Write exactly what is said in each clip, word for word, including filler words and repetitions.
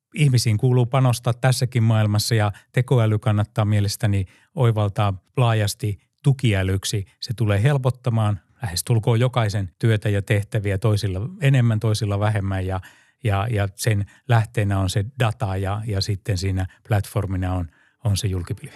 ihmisiin kuuluu panostaa tässäkin maailmassa ja tekoäly kannattaa mielestäni oivaltaa laajasti tukiälyksi. Se tulee helpottamaan lähestulkoon jokaisen työtä ja tehtäviä toisilla enemmän, toisilla vähemmän ja, ja, ja sen lähteenä on se data ja, ja sitten siinä platformina on, on se julkipilvi.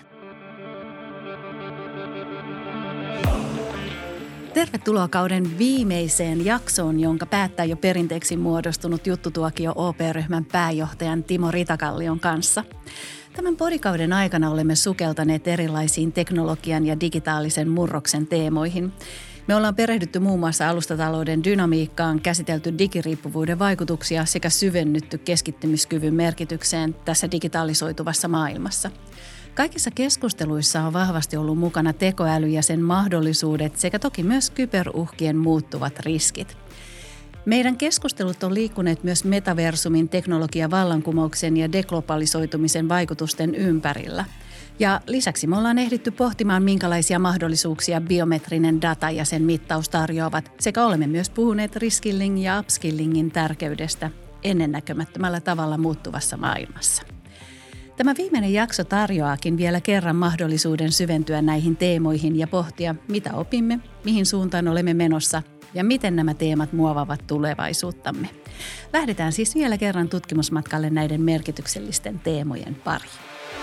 Tervetuloa kauden viimeiseen jaksoon, jonka päättää jo perinteeksi muodostunut juttutuokio O P-ryhmän pääjohtajan Timo Ritakallion kanssa. Tämän podikauden aikana olemme sukeltaneet erilaisiin teknologian ja digitaalisen murroksen teemoihin. Me ollaan perehdytty muun muassa alustatalouden dynamiikkaan, käsitelty digiriippuvuuden vaikutuksia sekä syvennytty keskittymiskyvyn merkitykseen tässä digitalisoituvassa maailmassa. Kaikissa keskusteluissa on vahvasti ollut mukana tekoäly ja sen mahdollisuudet sekä toki myös kyberuhkien muuttuvat riskit. Meidän keskustelut on liikkuneet myös metaversumin teknologiavallankumouksen ja deglobalisoitumisen vaikutusten ympärillä. Ja lisäksi me ollaan ehditty pohtimaan, minkälaisia mahdollisuuksia biometrinen data ja sen mittaus tarjoavat, sekä olemme myös puhuneet reskilling ja upskillingin tärkeydestä ennennäkemättömällä tavalla muuttuvassa maailmassa. Tämä viimeinen jakso tarjoaakin vielä kerran mahdollisuuden syventyä näihin teemoihin ja pohtia, mitä opimme, mihin suuntaan olemme menossa ja miten nämä teemat muovaavat tulevaisuuttamme. Lähdetään siis vielä kerran tutkimusmatkalle näiden merkityksellisten teemojen pariin.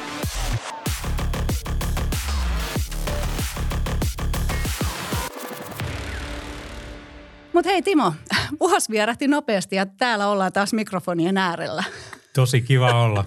Mutta hei Timo, vuosi vierähti nopeasti ja täällä ollaan taas mikrofonien äärellä. Tosi kiva olla.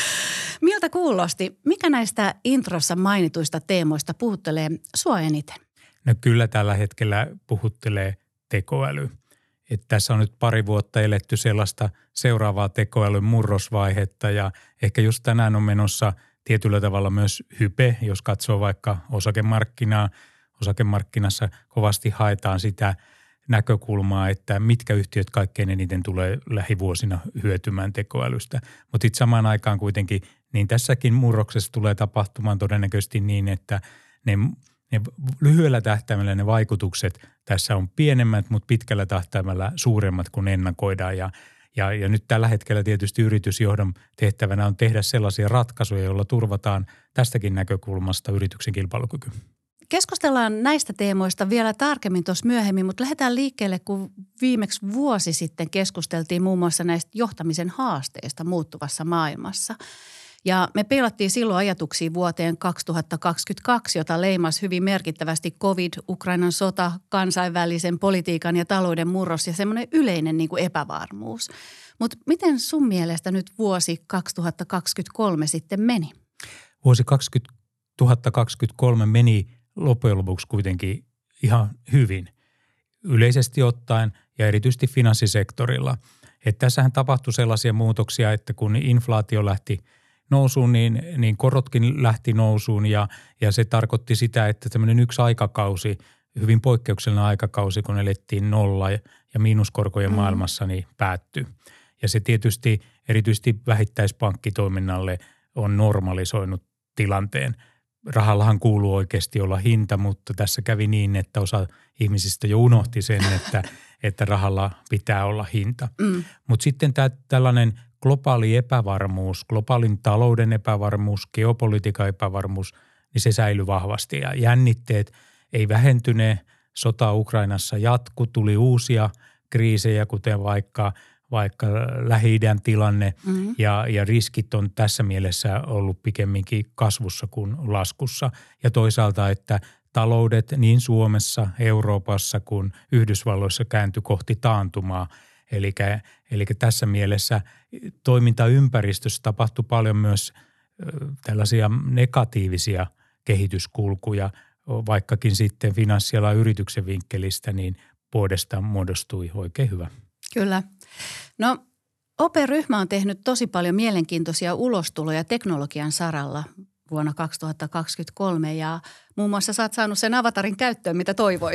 Miltä kuulosti? Mikä näistä introssa mainituista teemoista puhuttelee sua eniten? No kyllä tällä hetkellä puhuttelee tekoäly. Että tässä on nyt pari vuotta eletty sellaista seuraavaa tekoälyn murrosvaihetta ja ehkä just tänään on menossa tietyllä tavalla myös hype, jos katsoo vaikka osakemarkkinaa. Osakemarkkinassa kovasti haetaan sitä näkökulmaa, että mitkä yhtiöt kaikkein eniten tulee lähivuosina hyötymään tekoälystä. Mutta sitten samaan aikaan kuitenkin, niin tässäkin murroksessa tulee tapahtumaan todennäköisesti niin, että ne, ne lyhyellä tähtäimellä ne vaikutukset tässä on pienemmät, mutta pitkällä tähtäimellä suuremmat kuin ennakoidaan. Ja, ja, ja nyt tällä hetkellä tietysti yritysjohdon tehtävänä on tehdä sellaisia ratkaisuja, joilla turvataan tästäkin näkökulmasta yrityksen kilpailukyky. Keskustellaan näistä teemoista vielä tarkemmin tuossa myöhemmin, mutta lähdetään liikkeelle, kun viimeksi vuosi sitten keskusteltiin muun muassa näistä johtamisen haasteista muuttuvassa maailmassa. Ja me peilattiin silloin ajatuksia vuoteen kaksituhattakaksikymmentäkaksi, jota leimasi hyvin merkittävästi covid, Ukrainan sota, kansainvälisen politiikan ja talouden murros ja semmoinen yleinen niin kuin epävarmuus. Mutta miten sun mielestä nyt vuosi kaksituhattakaksikymmentäkolme sitten meni? Vuosi kaksituhattakaksikymmentäkolme meni loppujen lopuksi kuitenkin ihan hyvin yleisesti ottaen ja erityisesti finanssisektorilla. Että tässähän tapahtui sellaisia muutoksia, että kun inflaatio lähti nousuun, niin, niin korotkin lähti nousuun ja, ja se tarkoitti sitä, että tämmöinen yksi aikakausi, hyvin poikkeuksellinen aikakausi, kun elettiin nolla ja, ja miinuskorkojen mm. maailmassa, niin päättyi. Ja se tietysti erityisesti vähittäispankkitoiminnalle on normalisoinut tilanteen. Rahallahan kuuluu oikeasti olla hinta, mutta tässä kävi niin, että osa ihmisistä jo unohti sen, että, että rahalla pitää olla hinta. Mm. Mutta sitten tämä tällainen globaali epävarmuus, globaalin talouden epävarmuus, geopolitiikan epävarmuus, niin se säilyi vahvasti. Ja jännitteet ei vähentyneet, sota Ukrainassa jatku, tuli uusia kriisejä, kuten vaikka vaikka Lähi-idän tilanne mm-hmm. ja, ja riskit on tässä mielessä ollut pikemminkin kasvussa kuin laskussa. Ja toisaalta, että taloudet niin Suomessa, Euroopassa kuin Yhdysvalloissa kääntyi kohti taantumaa. Eli, eli tässä mielessä toimintaympäristössä tapahtui paljon myös tällaisia negatiivisia kehityskulkuja, vaikkakin sitten finanssialan yrityksen vinkkelistä, niin vuodesta muodostui oikein hyvä. Kyllä. No O P-ryhmä on tehnyt tosi paljon mielenkiintoisia ulostuloja teknologian saralla vuonna kaksituhattakaksikymmentäkolme ja muun muassa sä oot saanut sen avatarin käyttöön, mitä toivoit.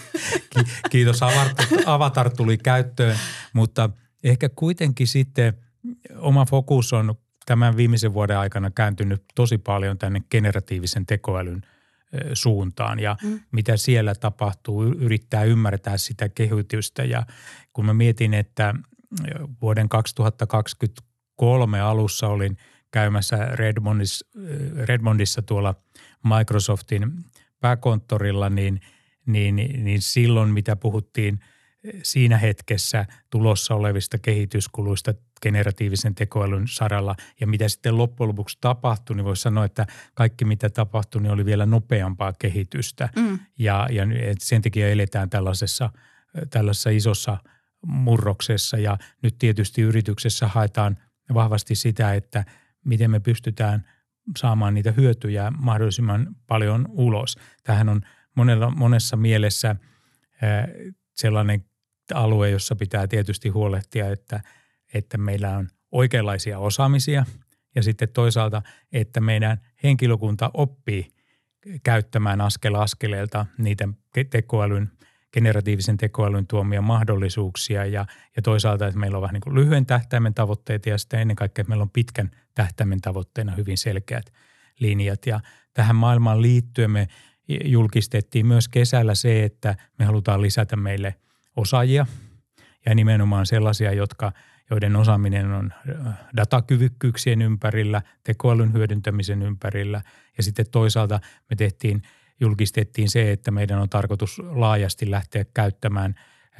Kiitos, avatar tuli käyttöön, mutta ehkä kuitenkin sitten oma fokus on tämän viimeisen vuoden aikana kääntynyt tosi paljon tänne generatiivisen tekoälyn suuntaan ja mm. mitä siellä tapahtuu, yrittää ymmärtää sitä kehitystä ja kun mä mietin, että vuoden kaksituhattakaksikymmentä kaksituhattakolme alussa olin käymässä Redmondissa, Redmondissa tuolla Microsoftin pääkonttorilla, niin, niin, niin silloin mitä puhuttiin siinä hetkessä tulossa olevista kehityskuluista generatiivisen tekoälyn saralla ja mitä sitten loppujen lopuksi tapahtui, niin voisi sanoa, että kaikki mitä tapahtui, niin oli vielä nopeampaa kehitystä. Mm. Ja, ja sen takia eletään tällaisessa, tällaisessa isossa murroksessa ja nyt tietysti yrityksessä haetaan vahvasti sitä, että miten me pystytään saamaan niitä hyötyjä mahdollisimman paljon ulos. Tämähän on monella, monessa mielessä sellainen alue, jossa pitää tietysti huolehtia, että, että meillä on oikeanlaisia osaamisia ja sitten toisaalta, että meidän henkilökunta oppii käyttämään askel askeleelta niitä tekoälyn, generatiivisen tekoälyn tuomia mahdollisuuksia ja, ja toisaalta, että meillä on vähän niin kuin lyhyen tähtäimen tavoitteita ja sitten ennen kaikkea, että meillä on pitkän tähtäimen tavoitteena hyvin selkeät linjat. Ja tähän maailmaan liittyen me julkistettiin myös kesällä se, että me halutaan lisätä meille osaajia ja nimenomaan sellaisia, jotka, joiden osaaminen on datakyvykkyyksien ympärillä, tekoälyn hyödyntämisen ympärillä ja sitten toisaalta me tehtiin, julkistettiin se, että meidän on tarkoitus laajasti lähteä käyttämään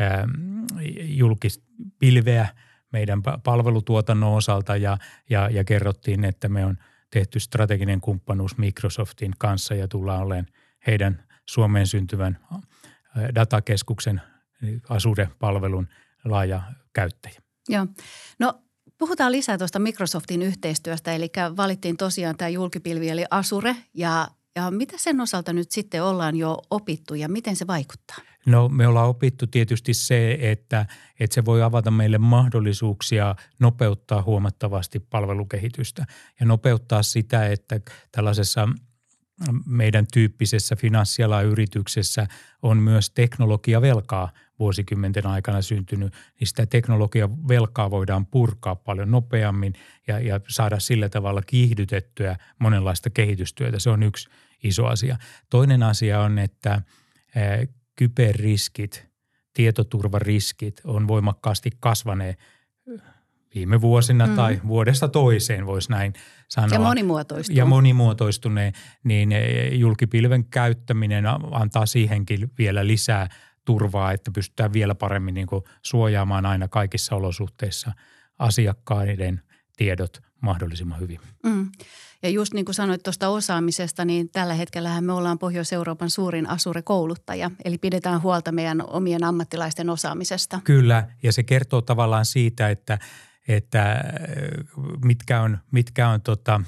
julkispilveä meidän palvelutuotannon osalta ja, ja, ja kerrottiin, että me on tehty strateginen kumppanuus Microsoftin kanssa ja tullaan olemaan heidän Suomeen syntyvän datakeskuksen Azure-palvelun laaja käyttäjä. Joo. No puhutaan lisää tuosta Microsoftin yhteistyöstä, eli valittiin tosiaan tämä julkipilvi eli Azure ja, ja mitä sen osalta nyt sitten ollaan jo opittu ja miten se vaikuttaa? No me ollaan opittu tietysti se, että, että se voi avata meille mahdollisuuksia nopeuttaa huomattavasti palvelukehitystä ja nopeuttaa sitä, että tällaisessa meidän tyyppisessä finanssialan yrityksessä on myös teknologiavelkaa vuosikymmenten aikana syntynyt, niin sitä teknologiavelkaa voidaan purkaa paljon nopeammin ja, ja saada sillä tavalla kiihdytettyä monenlaista kehitystyötä. Se on yksi iso asia. Toinen asia on, että ä, kyberriskit, tietoturvariskit on voimakkaasti kasvaneet viime vuosina mm. tai vuodesta toiseen voisi näin sanoa. Ja monimuotoistunut. Ja monimuotoistuneen, niin julkipilven käyttäminen antaa siihenkin vielä lisää turvaa, että pystytään vielä paremmin niin kuin suojaamaan aina kaikissa olosuhteissa asiakkaiden tiedot mahdollisimman hyvin. Mm. Ja just niin kuin sanoit tuosta osaamisesta, niin tällä hetkellähän me ollaan Pohjois-Euroopan suurin Azure-kouluttaja, eli pidetään huolta meidän omien ammattilaisten osaamisesta. Kyllä, ja se kertoo tavallaan siitä, että että mitkä on, mitkä on tota,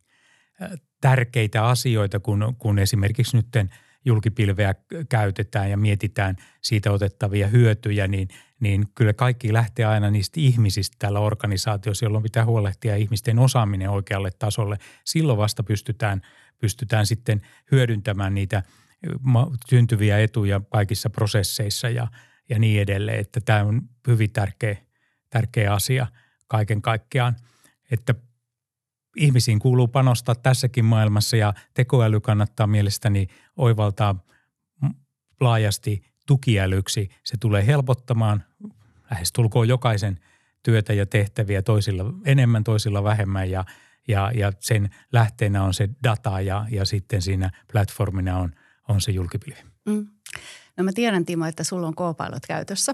tärkeitä asioita, kun, kun esimerkiksi nyt julkipilveä käytetään ja mietitään siitä otettavia hyötyjä, niin, niin kyllä kaikki lähtee aina niistä ihmisistä täällä organisaatiossa, jolloin pitää huolehtia ihmisten osaaminen oikealle tasolle. Silloin vasta pystytään, pystytään sitten hyödyntämään niitä syntyviä etuja kaikissa prosesseissa ja, ja niin edelleen, että tämä on hyvin tärkeä, tärkeä asia kaiken kaikkiaan, että ihmisiin kuuluu panostaa tässäkin maailmassa ja tekoäly kannattaa mielestäni oivaltaa laajasti tukiälyksi. Se tulee helpottamaan lähestulkoon jokaisen työtä ja tehtäviä toisilla enemmän, toisilla vähemmän ja, ja, ja sen lähteenä on se data ja, ja sitten siinä platformina on, on se julkipilvi. Mm. No mä tiedän, Timo, että sulla on Copilot käytössä.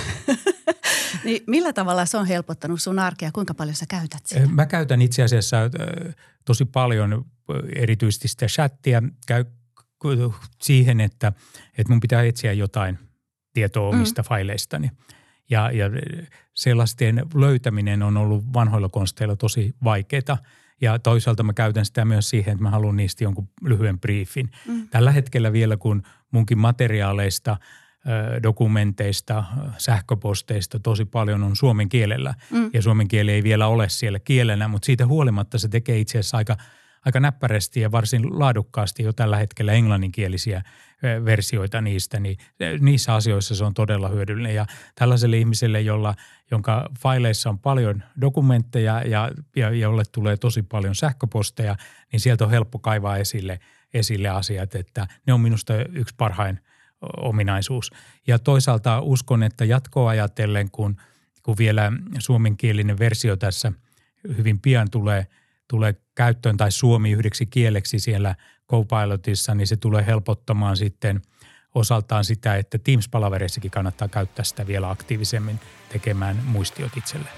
Niin millä tavalla se on helpottanut sun arkea? Kuinka paljon sä käytät sitä? Mä käytän itse asiassa tosi paljon erityisesti sitä chattia käy siihen, että, että mun pitää etsiä jotain tietoa omista mm. faileistani. Ja, ja sellaisten löytäminen on ollut vanhoilla konsteilla tosi vaikeaa. Ja toisaalta mä käytän sitä myös siihen, että mä haluan niistä jonkun lyhyen briefin. Mm. Tällä hetkellä vielä, kun munkin materiaaleista, dokumenteista, sähköposteista tosi paljon on suomen kielellä. Mm. Ja suomen kieli ei vielä ole siellä kielenä, mutta siitä huolimatta se tekee itse asiassa aika, aika näppärästi ja varsin laadukkaasti jo tällä hetkellä englanninkielisiä versioita niistä. Niin niissä asioissa se on todella hyödyllinen ja tällaiselle ihmiselle, jolla, jonka faileissa on paljon dokumentteja ja, ja jolle tulee tosi paljon sähköposteja, niin sieltä on helppo kaivaa esille, esille asiat, että ne on minusta yksi parhain ominaisuus. Ja toisaalta uskon, että jatkoa ajatellen, kun, kun vielä suomenkielinen versio tässä hyvin pian tulee, tulee käyttöön tai suomi yhdeksi kieleksi siellä Copilotissa, niin se tulee helpottamaan sitten osaltaan sitä, että Teams-palavereissakin kannattaa käyttää sitä vielä aktiivisemmin tekemään muistiot itselleen.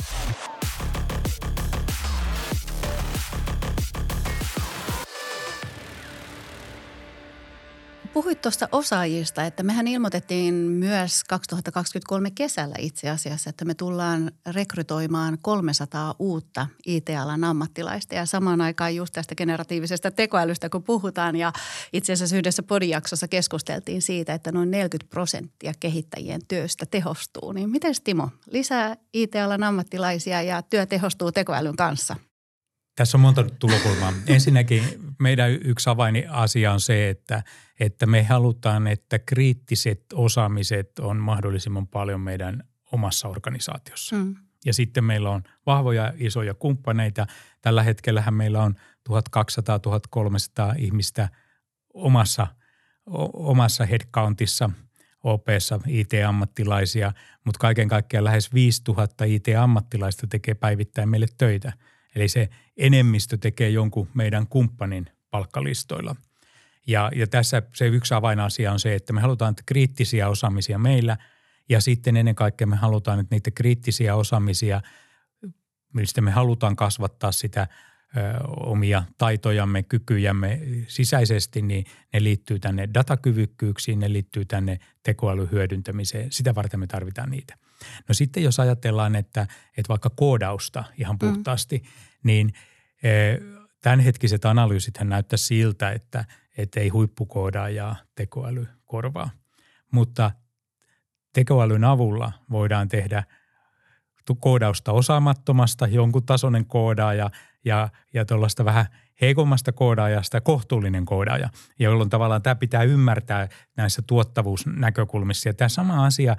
Puhuit tuosta osaajista, että mehän ilmoitettiin myös kaksituhattakaksikymmentäkolme kesällä itse asiassa, että me tullaan rekrytoimaan kolmesataa uutta I T-alan ammattilaista ja samaan aikaan just tästä generatiivisesta tekoälystä, kun puhutaan ja itse asiassa yhdessä podijaksossa keskusteltiin siitä, että noin neljäkymmentä prosenttia kehittäjien työstä tehostuu. Niin miten Timo, lisää I T-alan ammattilaisia ja työ tehostuu tekoälyn kanssa? Tässä on monta tulokulmaa. Ensinnäkin meidän yksi avainasia on se, että, että me halutaan, että kriittiset osaamiset on mahdollisimman paljon meidän omassa organisaatiossa. Mm. Ja sitten meillä on vahvoja isoja kumppaneita. Tällä hetkellähän meillä on tuhatkaksisataa tuhatkolmesataa ihmistä omassa, omassa headcountissa, O P:ssa I T-ammattilaisia, mutta kaiken kaikkiaan lähes viisituhatta I T-ammattilaista tekee päivittäin meille töitä. Eli se enemmistö tekee jonkun meidän kumppanin palkkalistoilla. Ja, ja tässä se yksi avainasia on se, että me halutaan että kriittisiä osaamisia meillä ja sitten ennen kaikkea me halutaan, että niitä kriittisiä osaamisia, mistä me halutaan kasvattaa sitä ö, omia taitojamme, kykyjämme sisäisesti, niin ne liittyy tänne datakyvykkyyksiin, ne liittyy tänne tekoälyn hyödyntämiseen. Sitä varten me tarvitaan niitä. No sitten jos ajatellaan, että, että vaikka koodausta ihan puhtaasti, mm. niin e, tämänhetkiset analyysithän näyttää siltä, että, että ei huippukoodaaja tekoäly korvaa. Mutta tekoälyn avulla voidaan tehdä koodausta osaamattomasta, jonkun tasoinen koodaaja ja, ja tuollaista vähän heikommasta koodaajasta kohtuullinen koodaaja, jolloin tavallaan tämä pitää ymmärtää näissä tuottavuusnäkökulmissa. Ja tämä sama asia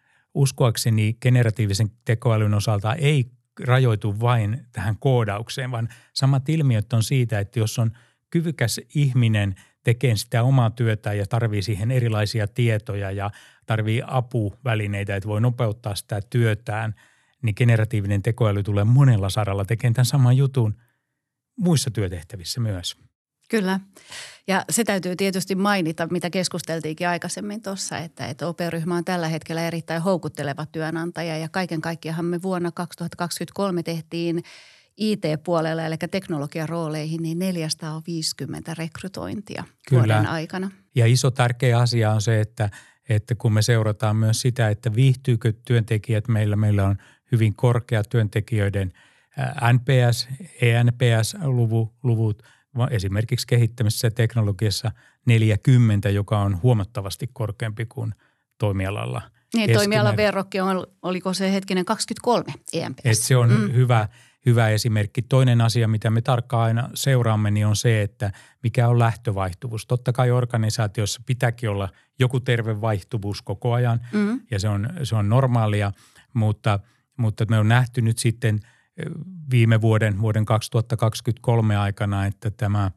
uskoakseni generatiivisen tekoälyn osalta ei rajoitu vain tähän koodaukseen, vaan samat ilmiöt on siitä, että jos on kyvykäs ihminen tekee sitä omaa työtä ja tarvii siihen erilaisia tietoja ja tarvii apuvälineitä, että voi nopeuttaa sitä työtään, niin generatiivinen tekoäly tulee monella saralla tekemään tämän saman jutun muissa työtehtävissä myös. Kyllä. Ja se täytyy tietysti mainita, mitä keskusteltiinkin aikaisemmin tuossa, että, että O P-ryhmä on tällä hetkellä erittäin houkutteleva työnantaja ja kaiken kaikkiaan me vuonna kaksituhattakaksikymmentäkolme tehtiin I T-puolella, eli teknologian rooleihin, niin neljäsataaviisikymmentä rekrytointia Kyllä. vuoden aikana. Ja iso tärkeä asia on se, että, että kun me seurataan myös sitä, että viihtyykö työntekijät meillä, meillä on hyvin korkea työntekijöiden N P S, E N P S-luvut, esimerkiksi kehittämisessä ja teknologiassa neljäkymmentä, joka on huomattavasti korkeampi kuin toimialalla. Niin, toimialan verrokki on, oliko se hetkinen kaksikymmentäkolme E N P S? Et se on mm. hyvä, hyvä esimerkki. Toinen asia, mitä me tarkkaan aina seuraamme, niin on se, että mikä on lähtövaihtuvuus. Totta kai organisaatiossa pitääkin olla joku terve vaihtuvuus koko ajan mm. ja se on, se on normaalia, mutta, mutta me on nähty nyt sitten viime vuoden, vuoden kaksituhattakaksikymmentäkolme aikana, että tämä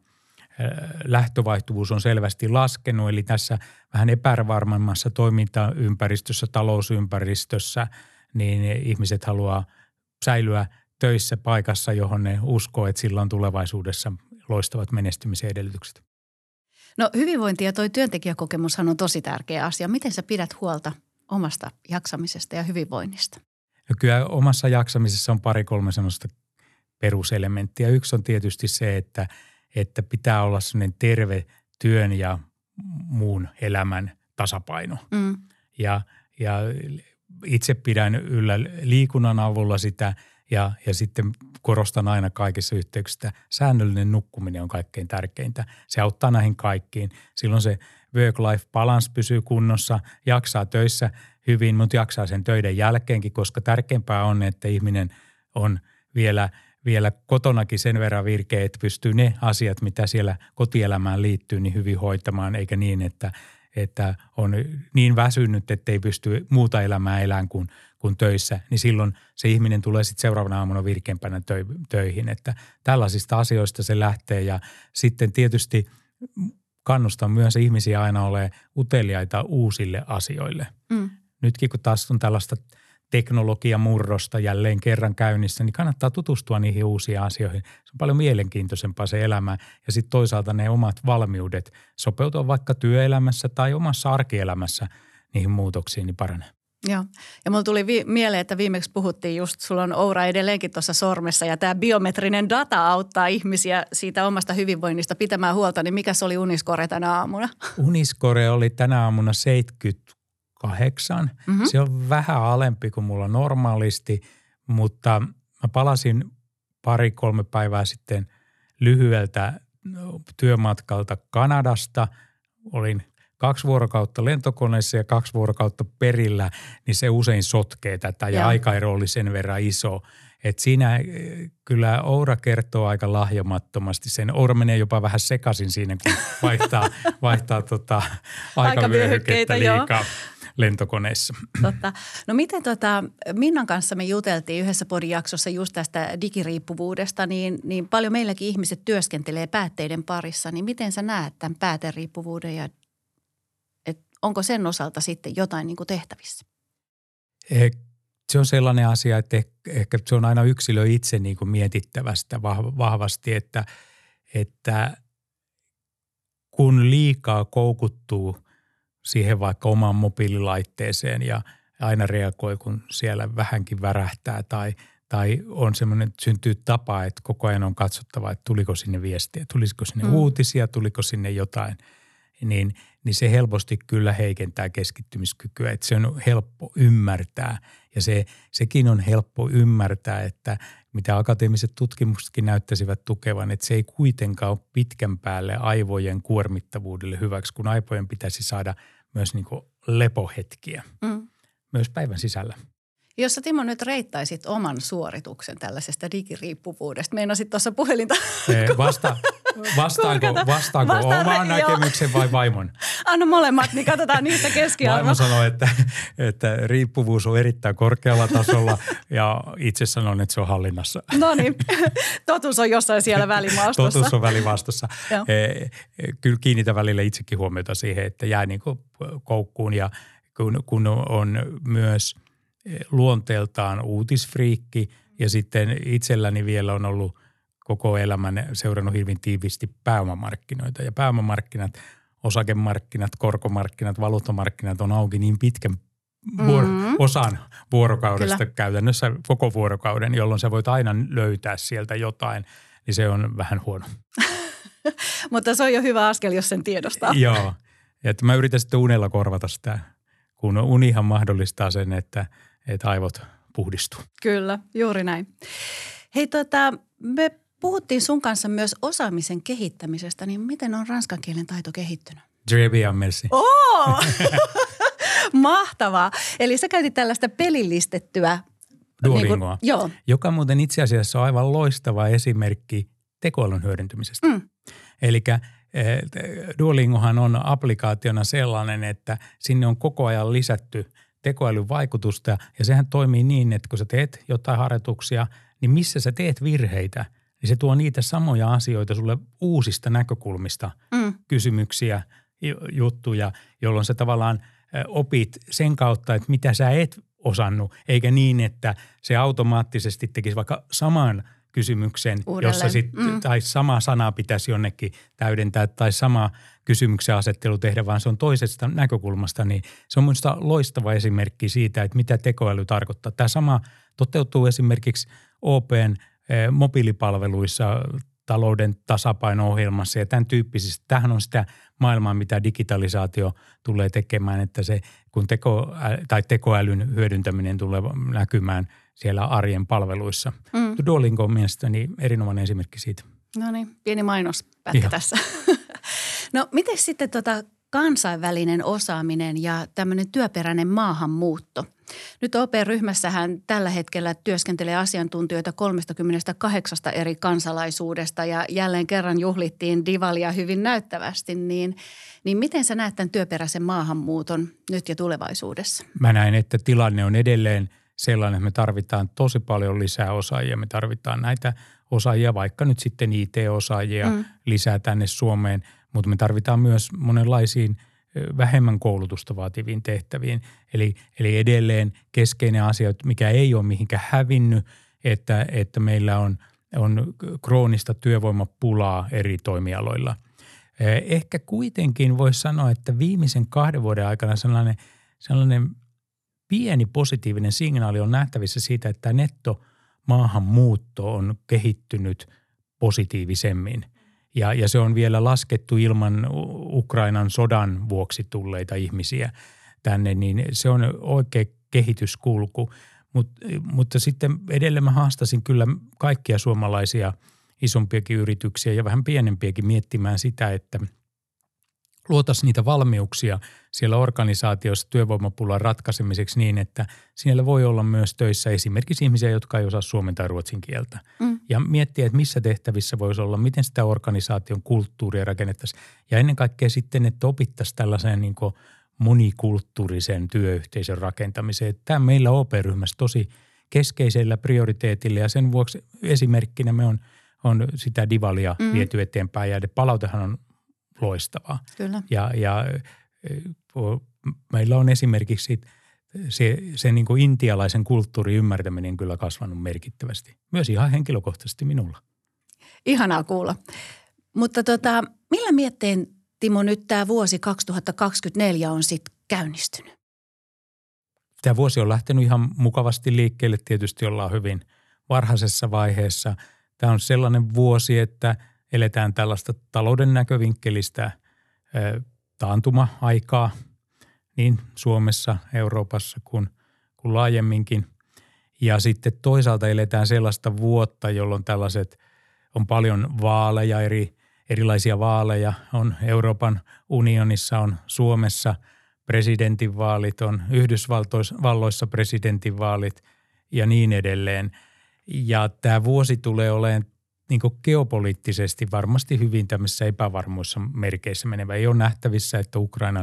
lähtövaihtuvuus on selvästi laskenut. Eli tässä vähän epävarmemmassa toimintaympäristössä, talousympäristössä, niin ihmiset haluaa säilyä töissä paikassa, johon ne uskoo, että sillä on tulevaisuudessa loistavat menestymisen edellytykset. No hyvinvointi ja toi työntekijäkokemushan on tosi tärkeä asia. Miten sä pidät huolta omasta jaksamisesta ja hyvinvoinnista? No kyllä omassa jaksamisessa on pari-kolme sellaista peruselementtiä. Yksi on tietysti se, että, että pitää olla sellainen terve työn ja muun elämän tasapaino. Mm. Ja, ja itse pidän yllä liikunnan avulla sitä ja, ja sitten korostan aina kaikissa yhteyksissä, säännöllinen nukkuminen on kaikkein tärkeintä. Se auttaa näihin kaikkiin. Silloin se work-life balance pysyy kunnossa, jaksaa töissä hyvin, mutta jaksaa sen töiden jälkeenkin, koska tärkeämpää on, että ihminen on vielä, vielä kotonakin sen verran virkeä, että pystyy ne asiat, mitä siellä kotielämään liittyy, niin hyvin hoitamaan, eikä niin, että, että on niin väsynyt, että ei pysty muuta elämää elämään kuin, kuin töissä, niin silloin se ihminen tulee sitten seuraavana aamuna virkeämpänä töihin, että tällaisista asioista se lähtee ja sitten tietysti kannustan myös ihmisiä aina olemaan uteliaita uusille asioille. Mm. Nytkin kun taas on tällaista teknologiamurrosta jälleen kerran käynnissä, niin kannattaa tutustua niihin uusiin asioihin. Se on paljon mielenkiintoisempaa se elämä ja sitten toisaalta ne omat valmiudet sopeutua vaikka työelämässä tai omassa arkielämässä niihin muutoksiin, niin paranee. Joo. Ja mulla tuli vi- mieleen, että viimeksi puhuttiin just, sulla on Oura edelleenkin tuossa sormessa ja tämä biometrinen data auttaa ihmisiä siitä omasta hyvinvoinnista pitämään huolta, niin mikä se oli Uniscore tänä aamuna? Uniscore oli tänä aamuna seitsemänkymmentäkahdeksan. Mm-hmm. Se on vähän alempi kuin mulla normaalisti, mutta mä palasin pari-kolme päivää sitten lyhyeltä työmatkalta Kanadasta. Olin kaksi vuorokautta lentokoneessa ja kaksi vuorokautta perillä, niin se usein sotkee tätä ja, ja. aikaero oli sen verran iso. Että siinä kyllä Oura kertoo aika lahjomattomasti sen. Oura menee jopa vähän sekaisin siinä, kun vaihtaa, vaihtaa tota aikavyöhykettä liikaa lentokoneessa. Totta. No miten tota, Minnan kanssa me juteltiin yhdessä podijaksossa just tästä digiriippuvuudesta, niin, niin paljon meilläkin ihmiset työskentelee päätteiden parissa. Niin miten sä näet tämän pääteriippuvuuden ja onko sen osalta sitten jotain niin kuin tehtävissä? Se on sellainen asia, että ehkä se on aina yksilö itse niin kuin mietittävästä vahvasti, että, että kun liikaa koukuttuu siihen vaikka omaan mobiililaitteeseen ja aina reagoi, kun siellä vähänkin värähtää tai, tai on semmoinen, että syntyy tapa, että koko ajan on katsottava, että tuliko sinne viestiä, tulisiko sinne mm. uutisia, tuliko sinne jotain, niin, niin se helposti kyllä heikentää keskittymiskykyä, että se on helppo ymmärtää ja se, sekin on helppo ymmärtää, että mitä akateemiset tutkimuksetkin näyttäisivät tukevan, että se ei kuitenkaan ole pitkän päälle aivojen kuormittavuudelle hyväksi, kun aivojen pitäisi saada myös niin kuin lepohetkiä, mm. myös päivän sisällä. Jos sä, Timo, nyt reittaisit oman suorituksen tällaisesta digiriippuvuudesta, meinasit tuossa puhelinta. Vasta, vastaanko vastaanko Vastaan, omaan re- näkemyksen vai vaimon? Anna molemmat, niin katsotaan niistä keskiarvo. Vaimo sanoi, että, että riippuvuus on erittäin korkealla tasolla ja itse sanon, että se on hallinnassa. No niin, totuus on jossain siellä välimaastossa. Totuus on välimaastossa. Kyllä kiinnitä välillä itsekin huomiota siihen, että jää niin kuin koukkuun ja kun, kun on myös luonteeltaan uutisfriikki ja sitten itselläni vielä on ollut koko elämän seurannut hyvin tiiviisti pääomamarkkinoita. Ja pääomamarkkinat, osakemarkkinat, korkomarkkinat, valuuttamarkkinat on auki niin pitkän vuor- mm-hmm. osan vuorokaudesta Kyllä. käytännössä koko vuorokauden, jolloin sä voit aina löytää sieltä jotain, niin se on vähän huono. Mutta se on jo hyvä askel, jos sen tiedostaa. Joo, ja että mä yritän sitten unella korvata sitä, kun unihan mahdollistaa sen, että, että aivot puhdistuu. Kyllä, juuri näin. Hei tota, me puhuttiin sun kanssa myös osaamisen kehittämisestä, niin miten on ranskan kielen taito kehittynyt? Très bien, merci. Oh! Mahtavaa. Eli sä käytit tällaista pelillistettyä Duolingoa, niin kuin, joka muuten itse asiassa on aivan loistava esimerkki tekoälyn hyödyntämisestä. Mm. Eli Duolingohan on applikaationa sellainen, että sinne on koko ajan lisätty tekoälyn vaikutusta ja sehän toimii niin, että kun sä teet jotain harjoituksia, niin missä sä teet virheitä, niin se tuo niitä samoja asioita sulle uusista näkökulmista, mm. kysymyksiä, juttuja, jolloin sä tavallaan opit sen kautta, että mitä sä et osannut, eikä niin, että se automaattisesti tekisi vaikka saman kysymyksen, Uudelleen. jossa sitten, mm. tai sama sana pitäisi jonnekin täydentää tai sama kysymyksen asettelu tehdä, vaan se on toisesta näkökulmasta, niin se on minusta loistava esimerkki siitä, että mitä tekoäly tarkoittaa. Tämä sama toteutuu esimerkiksi Open eh, mobiilipalveluissa, talouden tasapaino-ohjelmassa ja tämän tyyppisissä. Tämähän on sitä maailmaa, mitä digitalisaatio tulee tekemään, että se kun teko, tai tekoälyn hyödyntäminen tulee näkymään siellä arjen palveluissa. Mm. Duolingo on mielestäni erinomainen esimerkki siitä. No niin, pieni mainospätkä tässä. No miten sitten tota kansainvälinen osaaminen ja tämmöinen työperäinen maahanmuutto? Nyt O P-ryhmässähän tällä hetkellä työskentelee asiantuntijoita kolmekymmentäkahdeksan eri kansalaisuudesta ja jälleen kerran juhlittiin Divalia hyvin näyttävästi, niin, niin miten sä näet tämän työperäisen maahanmuuton nyt ja tulevaisuudessa? Mä näen, että tilanne on edelleen sellainen, että me tarvitaan tosi paljon lisää osaajia. Me tarvitaan näitä osaajia, vaikka nyt sitten I T-osaajia mm. lisää tänne Suomeen, mutta me tarvitaan myös monenlaisiin vähemmän koulutusta vaativiin tehtäviin. Eli, eli edelleen keskeinen asia, mikä ei ole mihinkään hävinnyt, että, että meillä on, on kroonista työvoimapulaa eri toimialoilla. Ehkä kuitenkin voisi sanoa, että viimeisen kahden vuoden aikana sellainen, sellainen pieni positiivinen signaali on nähtävissä siitä, että nettomaahanmuutto on kehittynyt positiivisemmin. Ja, ja se on vielä laskettu ilman Ukrainan sodan vuoksi tulleita ihmisiä tänne, niin se on oikea kehityskulku. Mut, mutta sitten edelleen mä haastasin kyllä kaikkia suomalaisia isompiakin yrityksiä ja vähän pienempiäkin miettimään sitä, että luotaisiin niitä valmiuksia siellä organisaatiossa työvoimapulan ratkaisemiseksi niin, että siellä voi olla myös töissä esimerkiksi ihmisiä, jotka ei osaa suomen tai ruotsin kieltä. Mm. Ja miettiä, että missä tehtävissä voisi olla, miten sitä organisaation kulttuuria rakennettaisiin. Ja ennen kaikkea sitten, että opittaisiin tällaiseen niin kuin monikulttuurisen työyhteisön rakentamiseen. Tämä meillä O P-ryhmässä tosi keskeisellä prioriteetilla ja sen vuoksi esimerkkinä me on, on sitä Divalia mm. viety eteenpäin ja palautehan on loistavaa. Kyllä. Ja, ja meillä on esimerkiksi se, se niin kuin intialaisen kulttuurin ymmärtäminen kyllä kasvanut merkittävästi. Myös ihan henkilökohtaisesti minulla. Ihanaa kuulla. Mutta tota, millä mietteen, Timo, nyt tämä vuosi kaksituhattakaksikymmentäneljä on sitten käynnistynyt? Tämä vuosi on lähtenyt ihan mukavasti liikkeelle. Tietysti ollaan hyvin varhaisessa vaiheessa. Tämä on sellainen vuosi, että eletään tällaista talouden näkövinkkelistä taantuma-aikaa niin Suomessa, Euroopassa kuin, kuin laajemminkin. Ja sitten toisaalta eletään sellaista vuotta, jolloin tällaiset on paljon vaaleja, eri, erilaisia vaaleja. On Euroopan unionissa, on Suomessa presidentinvaalit, on Yhdysvalloissa presidentinvaalit ja niin edelleen. Ja tämä vuosi tulee olemaan niin kuin geopoliittisesti varmasti hyvin tämmöisissä epävarmoissa merkeissä menevä. Ei ole nähtävissä, että Ukrainan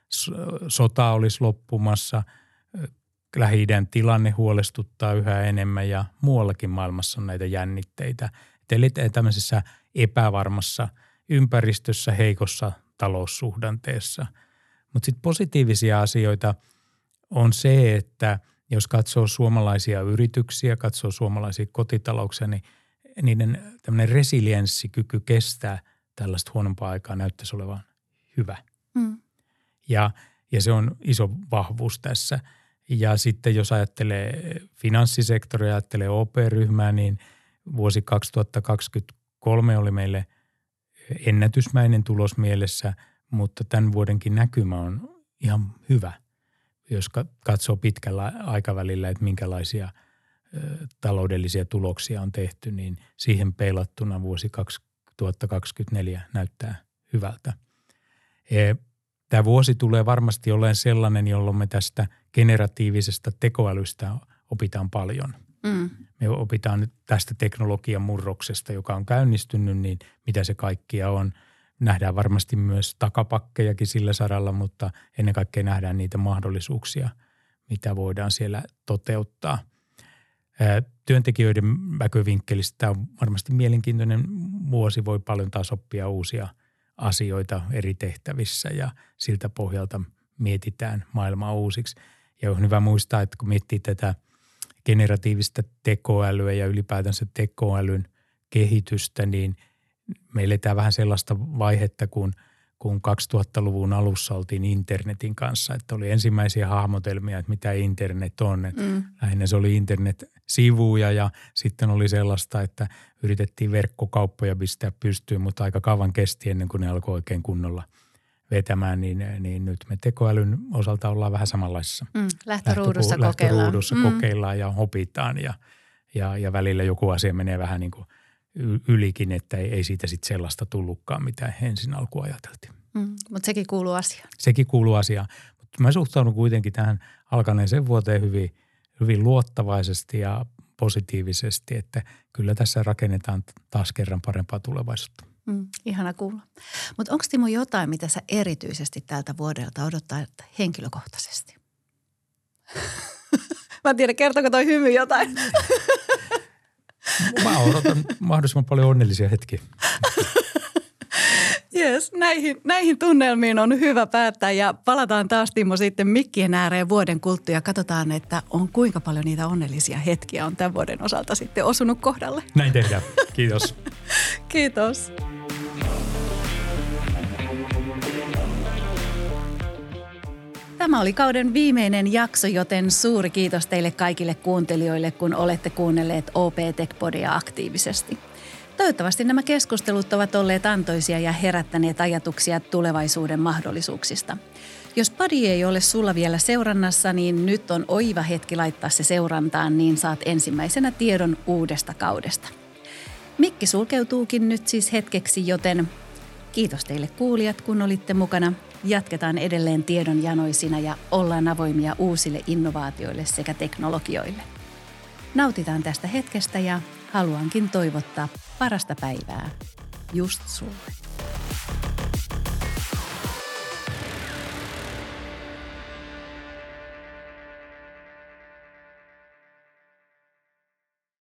sota olisi loppumassa. Lähi-idän tilanne huolestuttaa yhä enemmän ja muuallakin maailmassa on näitä jännitteitä. Eli tämmöisessä epävarmassa ympäristössä, heikossa taloussuhdanteessa. Mutta sitten positiivisia asioita on se, että jos katsoo suomalaisia yrityksiä, katsoo suomalaisia kotitalouksia, niin niiden tämmöinen resilienssikyky kestää tällaista huonompaa aikaa näyttäisi olevan hyvä. Mm. Ja, ja se on iso vahvuus tässä. Ja sitten jos ajattelee finanssisektoria, ajattelee O P-ryhmää, niin vuosi kaksituhattakaksikymmentäkolme oli meille ennätysmäinen tulos mielessä, mutta tämän vuodenkin näkymä on ihan hyvä, jos katsoo pitkällä aikavälillä, että minkälaisia taloudellisia tuloksia on tehty, niin siihen peilattuna vuosi kaksituhattakaksikymmentäneljä näyttää hyvältä. Tämä vuosi tulee varmasti olemaan sellainen, jolloin me tästä generatiivisesta tekoälystä opitaan paljon. Mm. Me opitaan nyt tästä teknologian murroksesta, joka on käynnistynyt, niin mitä se kaikkia on. Nähdään varmasti myös takapakkejakin sillä saralla, mutta ennen kaikkea nähdään niitä mahdollisuuksia, mitä voidaan siellä toteuttaa. Työntekijöiden näkövinkkelistä tämä on varmasti mielenkiintoinen vuosi, voi paljon taas oppia uusia asioita eri tehtävissä ja siltä pohjalta mietitään maailmaa uusiksi. Ja on hyvä muistaa, että kun miettii tätä generatiivista tekoälyä ja ylipäätänsä tekoälyn kehitystä, niin me eletään vähän sellaista vaihetta, kun, kun kaksituhattaluvun alussa oltiin internetin kanssa, että oli ensimmäisiä hahmotelmia, että mitä internet on. Mm. Lähinnä se oli internet-sivuja ja sitten oli sellaista, että yritettiin verkkokauppoja pistää pystyyn, mutta aika kauan kesti ennen kuin ne alkoi oikein kunnolla vetämään, niin, niin nyt me tekoälyn osalta ollaan vähän samanlaisessa. Mm, lähtöruudussa Lähtö, kokeillaan. Lähtöruudussa mm. kokeillaan ja opitaan ja, ja, ja välillä joku asia menee vähän niin kuin ylikin, että ei, ei siitä sitten sellaista tullutkaan, mitä ensin alkuun ajateltiin. Mm, mutta sekin kuuluu asiaan. Sekin kuuluu asiaan. Mutta mä suhtaudun kuitenkin tähän alkaneeseen vuoteen hyvin, hyvin luottavaisesti ja positiivisesti, että kyllä tässä rakennetaan taas kerran parempaa tulevaisuutta. Mm, ihana kuulla. Mutta onko Timo jotain, mitä sä erityisesti tältä vuodelta odottaa henkilökohtaisesti? Mä en tiedä, kertooko toi hymy jotain? Mä odotan mahdollisimman paljon onnellisia hetkiä. Jes, näihin, näihin tunnelmiin on hyvä päättää ja palataan taas Timo sitten mikkien ääreen vuoden kuluttua ja katsotaan, että on kuinka paljon niitä onnellisia hetkiä on tämän vuoden osalta sitten osunut kohdalle. Näin tehdään. Kiitos. Kiitos. Tämä oli kauden viimeinen jakso, joten suuri kiitos teille kaikille kuuntelijoille, kun olette kuunnelleet O P Tech-podia aktiivisesti. Toivottavasti nämä keskustelut ovat olleet antoisia ja herättäneet ajatuksia tulevaisuuden mahdollisuuksista. Jos podi ei ole sulla vielä seurannassa, niin nyt on oiva hetki laittaa se seurantaan, niin saat ensimmäisenä tiedon uudesta kaudesta. Mikki sulkeutuukin nyt siis hetkeksi, joten kiitos teille kuulijat, kun olitte mukana. Jatketaan edelleen tiedonjanoisina ja ollaan avoimia uusille innovaatioille sekä teknologioille. Nautitaan tästä hetkestä ja haluankin toivottaa parasta päivää just sulle.